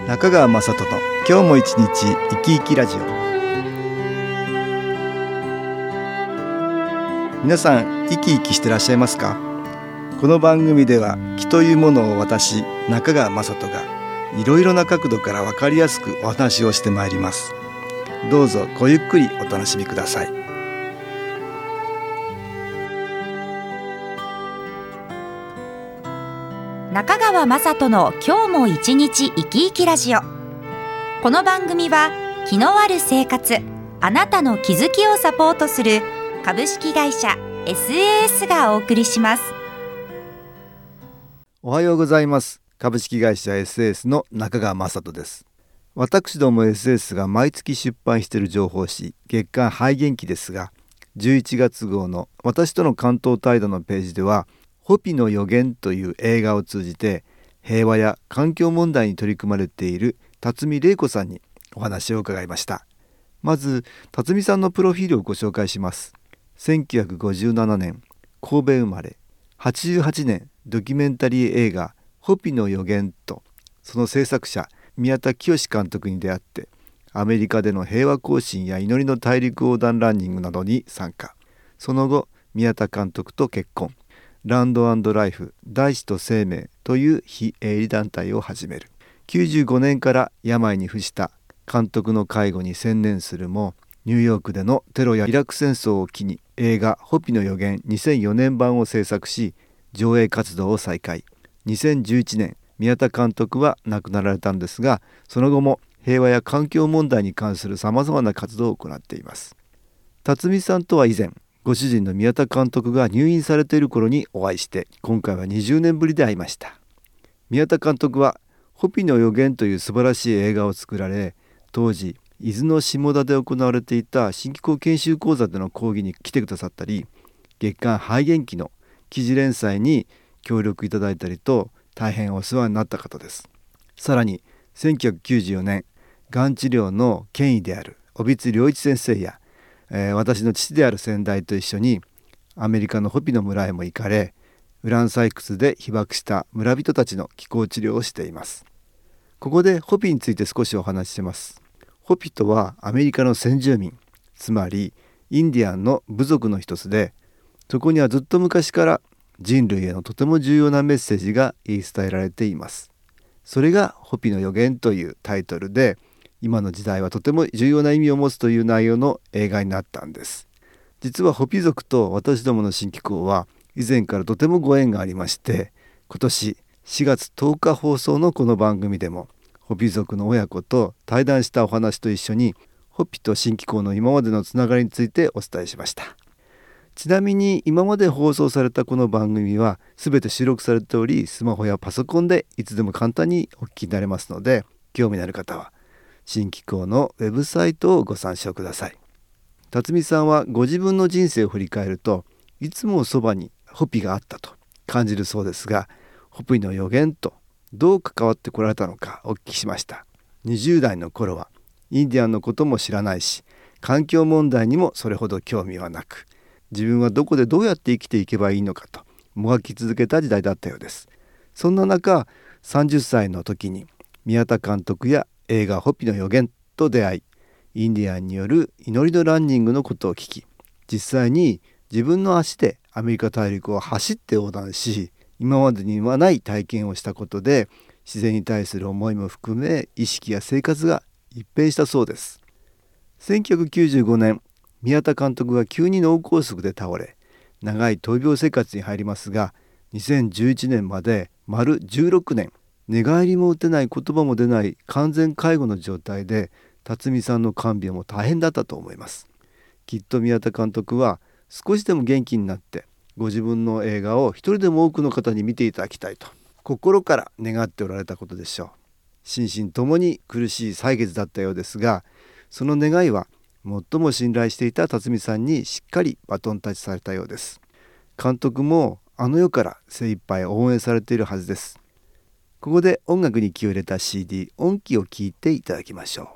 中川雅人の今日も一日生き生きラジオ。皆さん生き生きしてらっしゃいますか？この番組では気というものを私中川雅人がいろいろな角度から分かりやすくお話をしてまいります。どうぞごゆっくりお楽しみください。 中川雅人の今日も一日生き生きラジオ。この番組は気のある生活、あなたの気づきをサポートする株式会社 SAS がお送りします。 おはようございます。株式会社 SAS の中川雅人です。私ども SAS が毎月出版している情報誌月刊肺元気ですが、11月号の私との関東態度のページではホピの予言という映画を通じて平和や環境問題に取り組まれている辰巳玲子さんにお話を伺いました。まず辰巳さんのプロフィールをご紹介します。1957年神戸生まれ、88年ドキュメンタリー映画ホピの予言とその制作者宮田清監督に出会ってアメリカでの平和行進や祈りの大陸横断ランニングなどに参加。その後宮田監督と結婚、ランド&ライフ大地と生命という非営利団体を始める。95年から病に伏した監督の介護に専念するも、ニューヨークでのテロやイラク戦争を機に映画ホピの予言2004年版を制作し上映活動を再開。2011年宮田監督は亡くなられたんですが、その後も平和や環境問題に関するさまざまな活動を行っています。辰巳さんとは以前ご主人の宮田監督が入院されている頃にお会いして、今回は20年ぶりで会いました。宮田監督はホピの予言という素晴らしい映画を作られ、当時伊豆の下田で行われていた新機構研修講座での講義に来てくださったり、月刊肺元気の記事連載に協力いただいたりと大変お世話になった方です。さらに1994年がん治療の権威である帯津良一先生や私の父である先代と一緒にアメリカのホピの村へも行かれ、ウラン採掘で被爆した村人たちの気候治療をしています。ここでホピについて少しお話しします。ホピとはアメリカの先住民、つまりインディアンの部族の一つで、そこにはずっと昔から人類へのとても重要なメッセージが言い伝えられています。それがホピの予言というタイトルで、今の時代はとても重要な意味を持つという内容の映画になったんです。実はホピ族と私どもの新機構は以前からとてもご縁がありまして、今年4月10日放送のこの番組でもホピ族の親子と対談したお話と一緒にホピと新機構の今までのつながりについてお伝えしました。ちなみに今まで放送されたこの番組は全て収録されており、スマホやパソコンでいつでも簡単にお聞きになれますので、興味のある方は新機構のウェブサイトをご参照ください。辰巳さんはご自分の人生を振り返ると、いつもそばにホピがあったと感じるそうですが、ホピの予言とどう関わってこられたのかお聞きしました。20代の頃はインディアンのことも知らないし、環境問題にもそれほど興味はなく、自分はどこでどうやって生きていけばいいのかともがき続けた時代だったようです。そんな中、30歳の時に宮田監督や映画ホピの予言と出会い、インディアンによる祈りのランニングのことを聞き、実際に自分の足でアメリカ大陸を走って横断し、今までにはない体験をしたことで自然に対する思いも含め意識や生活が一変したそうです。1995年宮田監督は急に脳梗塞で倒れ、長い闘病生活に入りますが、2011年まで丸16年寝返りも打てない、言葉も出ない完全介護の状態で、辰巳さんの看病も大変だったと思います。きっと宮田監督は少しでも元気になってご自分の映画を一人でも多くの方に見ていただきたいと心から願っておられたことでしょう。心身ともに苦しい歳月だったようですが、その願いは最も信頼していた辰巳さんにしっかりバトンタッチされたようです。監督もあの世から精一杯応援されているはずです。ここで音楽に気を入れた CD 音気を聴いていただきましょう。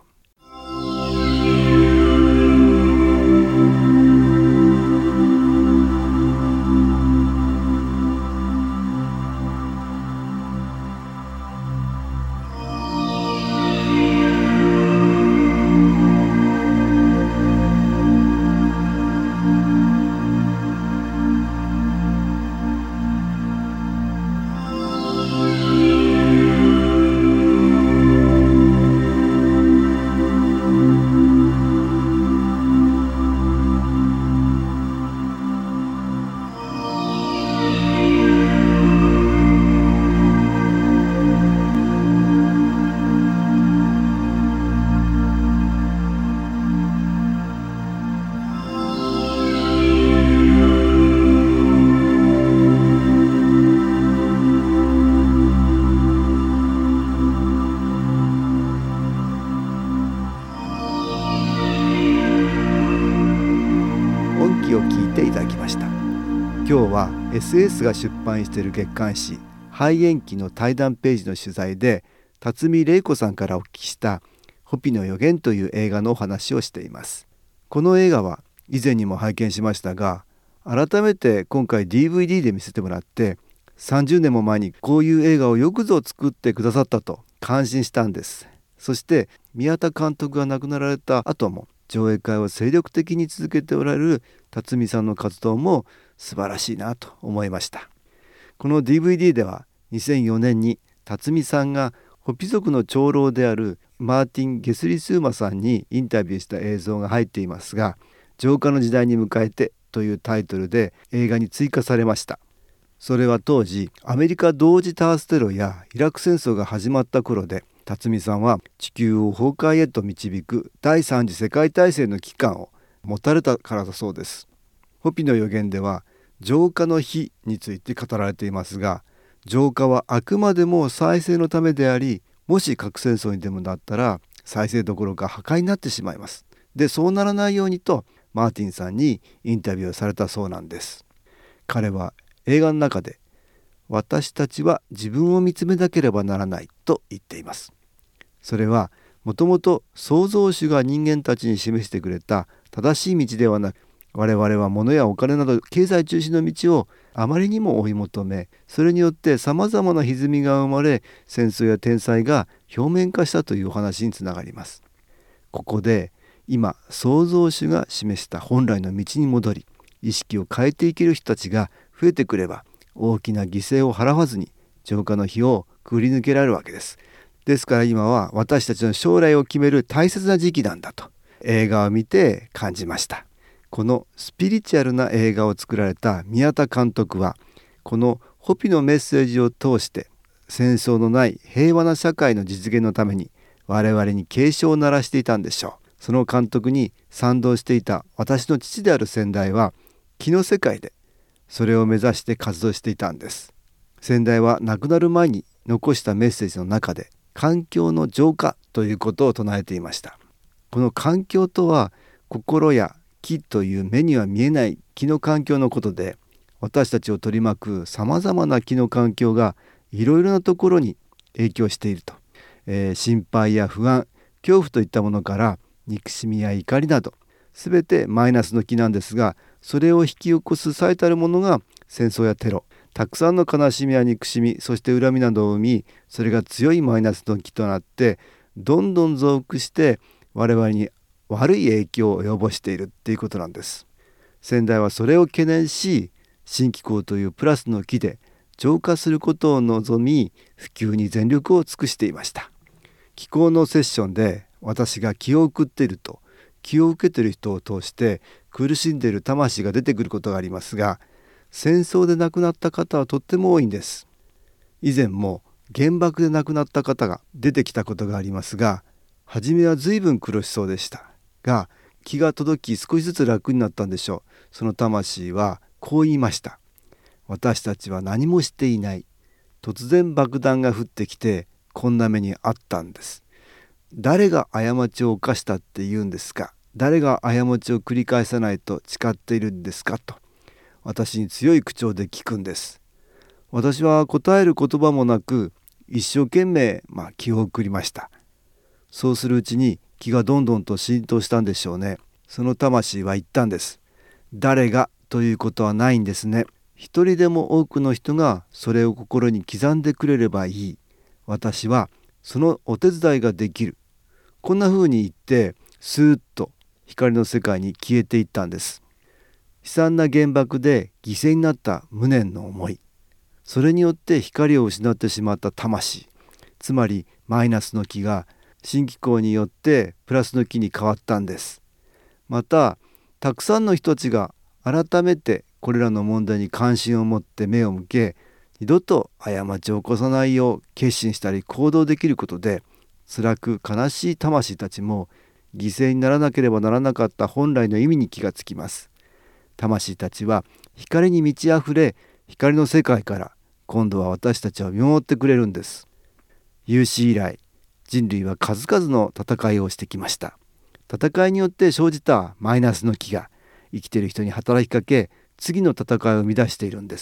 SS が出版している月刊誌肺元記の対談ページの取材で辰巳玲子さんからお聞きしたホピの予言という映画のお話をしています。この映画は以前にも拝見しましたが、改めて今回 DVD で見せてもらって30年も前にこういう映画をよくぞ作ってくださったと感心したんです。そして宮田監督が亡くなられた後も上映会を精力的に続けておられる辰巳さんの活動も素晴らしいなと思いました。この DVD では2004年に辰巳さんがホピ族の長老であるマーティン・ゲスリスーマさんにインタビューした映像が入っていますが、浄化の時代に迎えてというタイトルで映画に追加されました。それは当時アメリカ同時多発テロやイラク戦争が始まった頃で、辰巳さんは地球を崩壊へと導く第三次世界大戦の期間を持たれたからだそうです。ホピの予言では浄化の日について語られていますが、浄化はあくまでも再生のためであり、もし核戦争にでもなったら再生どころか破壊になってしまいます。で、そうならないようにとマーティンさんにインタビューをされたそうなんです。彼は映画の中で私たちは自分を見つめなければならないと言っています。それはもともと創造主が人間たちに示してくれた正しい道ではなく、我々は物やお金など経済中心の道をあまりにも追い求め、それによってさまざまな歪みが生まれ、戦争や天災が表面化したというお話につながります。ここで今創造主が示した本来の道に戻り、意識を変えていける人たちが増えてくれば、大きな犠牲を払わずに浄化の日をくぐり抜けられるわけです。ですから今は私たちの将来を決める大切な時期なんだと映画を見て感じました。このスピリチュアルな映画を作られた宮田監督は、このホピのメッセージを通して戦争のない平和な社会の実現のために我々に警鐘を鳴らしていたんでしょう。その監督に賛同していた私の父である先代は気の世界でそれを目指して活動していたんです。先代は亡くなる前に残したメッセージの中で環境の浄化ということを唱えていました。この環境とは心や木という目には見えない木の環境のことで、私たちを取り巻くさまざまな木の環境がいろいろなところに影響していると、心配や不安、恐怖といったものから憎しみや怒りなど全てマイナスの木なんですが、それを引き起こす最たるものが戦争やテロ、たくさんの悲しみや憎しみ、そして恨みなどを生み、それが強いマイナスの木となってどんどん増幅して我々に悪い影響を及ぼしているっていうことなんです。先代はそれを懸念し、新気候というプラスの木で浄化することを望み、普及に全力を尽くしていました。気候のセッションで私が気を送っていると、気を受けている人を通して苦しんでいる魂が出てくることがありますが、戦争で亡くなった方はとっても多いんです。以前も原爆で亡くなった方が出てきたことがありますが、初めは随分苦しそうでしたが、気が届き少しずつ楽になったんでしょう。その魂はこう言いました。私たちは何もしていない。突然爆弾が降ってきてこんな目にあったんです。誰が過ちを犯したって言うんですか。誰が過ちを繰り返さないと誓っているんですかと私に強い口調で聞くんです。私は答える言葉もなく一生懸命気を送りました。そうするうちに気がどんどんと浸透したんでしょうね。その魂は言ったんです。誰がということはないんですね。一人でも多くの人がそれを心に刻んでくれればいい。私はそのお手伝いができる。こんな風に言ってスーッと光の世界に消えていったんです。悲惨な原爆で犠牲になった無念の思い、それによって光を失ってしまった魂、つまりマイナスの気が新気候によってプラスの気に変わったんです。またたくさんの人たちが改めてこれらの問題に関心を持って目を向け、二度と過ちを起こさないよう決心したり行動できることで、辛く悲しい魂たちも犠牲にならなければならなかった本来の意味に気がつきます。魂たちは光に満ち溢れ、光の世界から今度は私たちを見守ってくれるんです。有史以来、人類は数々の戦いをしてきました。戦いによって生じたマイナスの気が生きている人に働きかけ、次の戦いを生み出しているんです。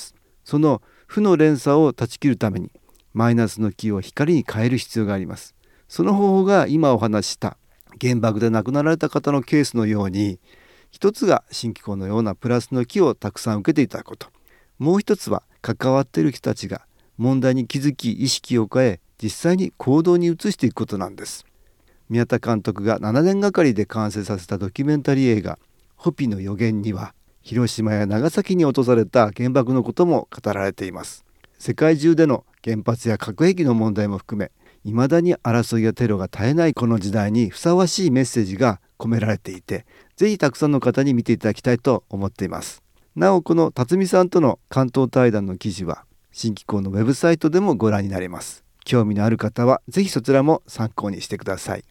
その負の連鎖を断ち切るためにマイナスの気を光に変える必要があります。その方法が今お話しした原爆で亡くなられた方のケースのように、一つが新機構のようなプラスの気をたくさん受けていただくこと、もう一つは関わっている人たちが問題に気づき意識を変え実際に行動に移していくことなんです。宮田監督が7年がかりで完成させたドキュメンタリー映画ホピの予言には、広島や長崎に落とされた原爆のことも語られています。世界中での原発や核兵器の問題も含め、未だに争いやテロが絶えないこの時代にふさわしいメッセージが込められていて、ぜひたくさんの方に見ていただきたいと思っています。なおこの辰巳さんとの関東対談の記事は新機構のウェブサイトでもご覧になれます。興味のある方はぜひそちらも参考にしてください。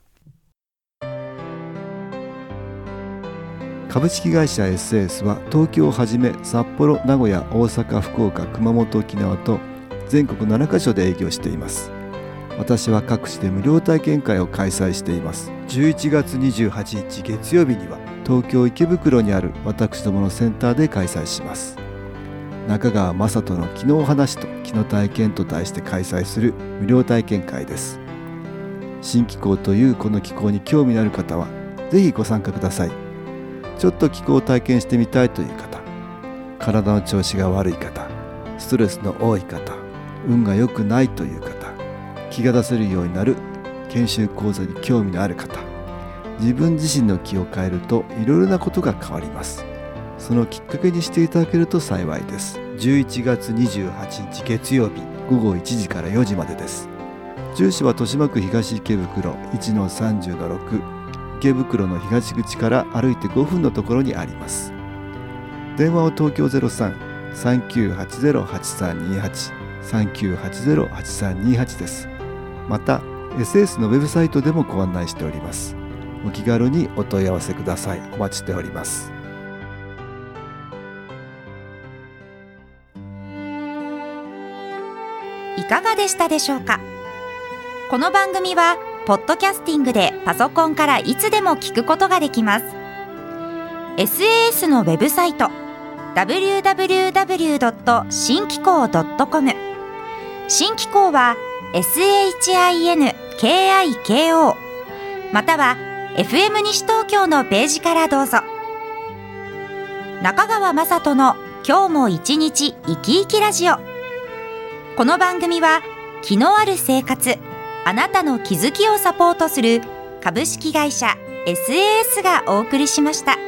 株式会社 SS は東京をはじめ札幌、名古屋、大阪、福岡、熊本、沖縄と全国7カ所で営業しています。私は各地で無料体験会を開催しています。11月28日月曜日には東京池袋にある私どものセンターで開催します。中川雅人の気の話と気の体験と題して開催する無料体験会です。新気候というこの気候に興味のある方はぜひご参加ください。ちょっと気候を体験してみたいという方、体の調子が悪い方、ストレスの多い方、運が良くないという方、気が出せるようになる研修講座に興味のある方、自分自身の気を変えるといろいろなことが変わります。そのきっかけにしていただけると幸いです。11月28日月曜日午後1時から4時までです。住所は豊島区東池袋 1-30-6、池袋の東口から歩いて5分のところにあります。電話は東京 03-3980-8328 3980-8328 です。また SS のウェブサイトでもご案内しております。お気軽にお問い合わせください。お待ちしております。 いかがでしたでしょうか。この番組はポッドキャスティングでパソコンからいつでも聞くことができます。 SAS のウェブサイト www.新機構.com、 新機構は SHINKIKO または FM 西東京のページからどうぞ。中川雅人の今日も一日生き生きラジオ。この番組は気のある生活、あなたの気づきをサポートする株式会社 SAS がお送りしました。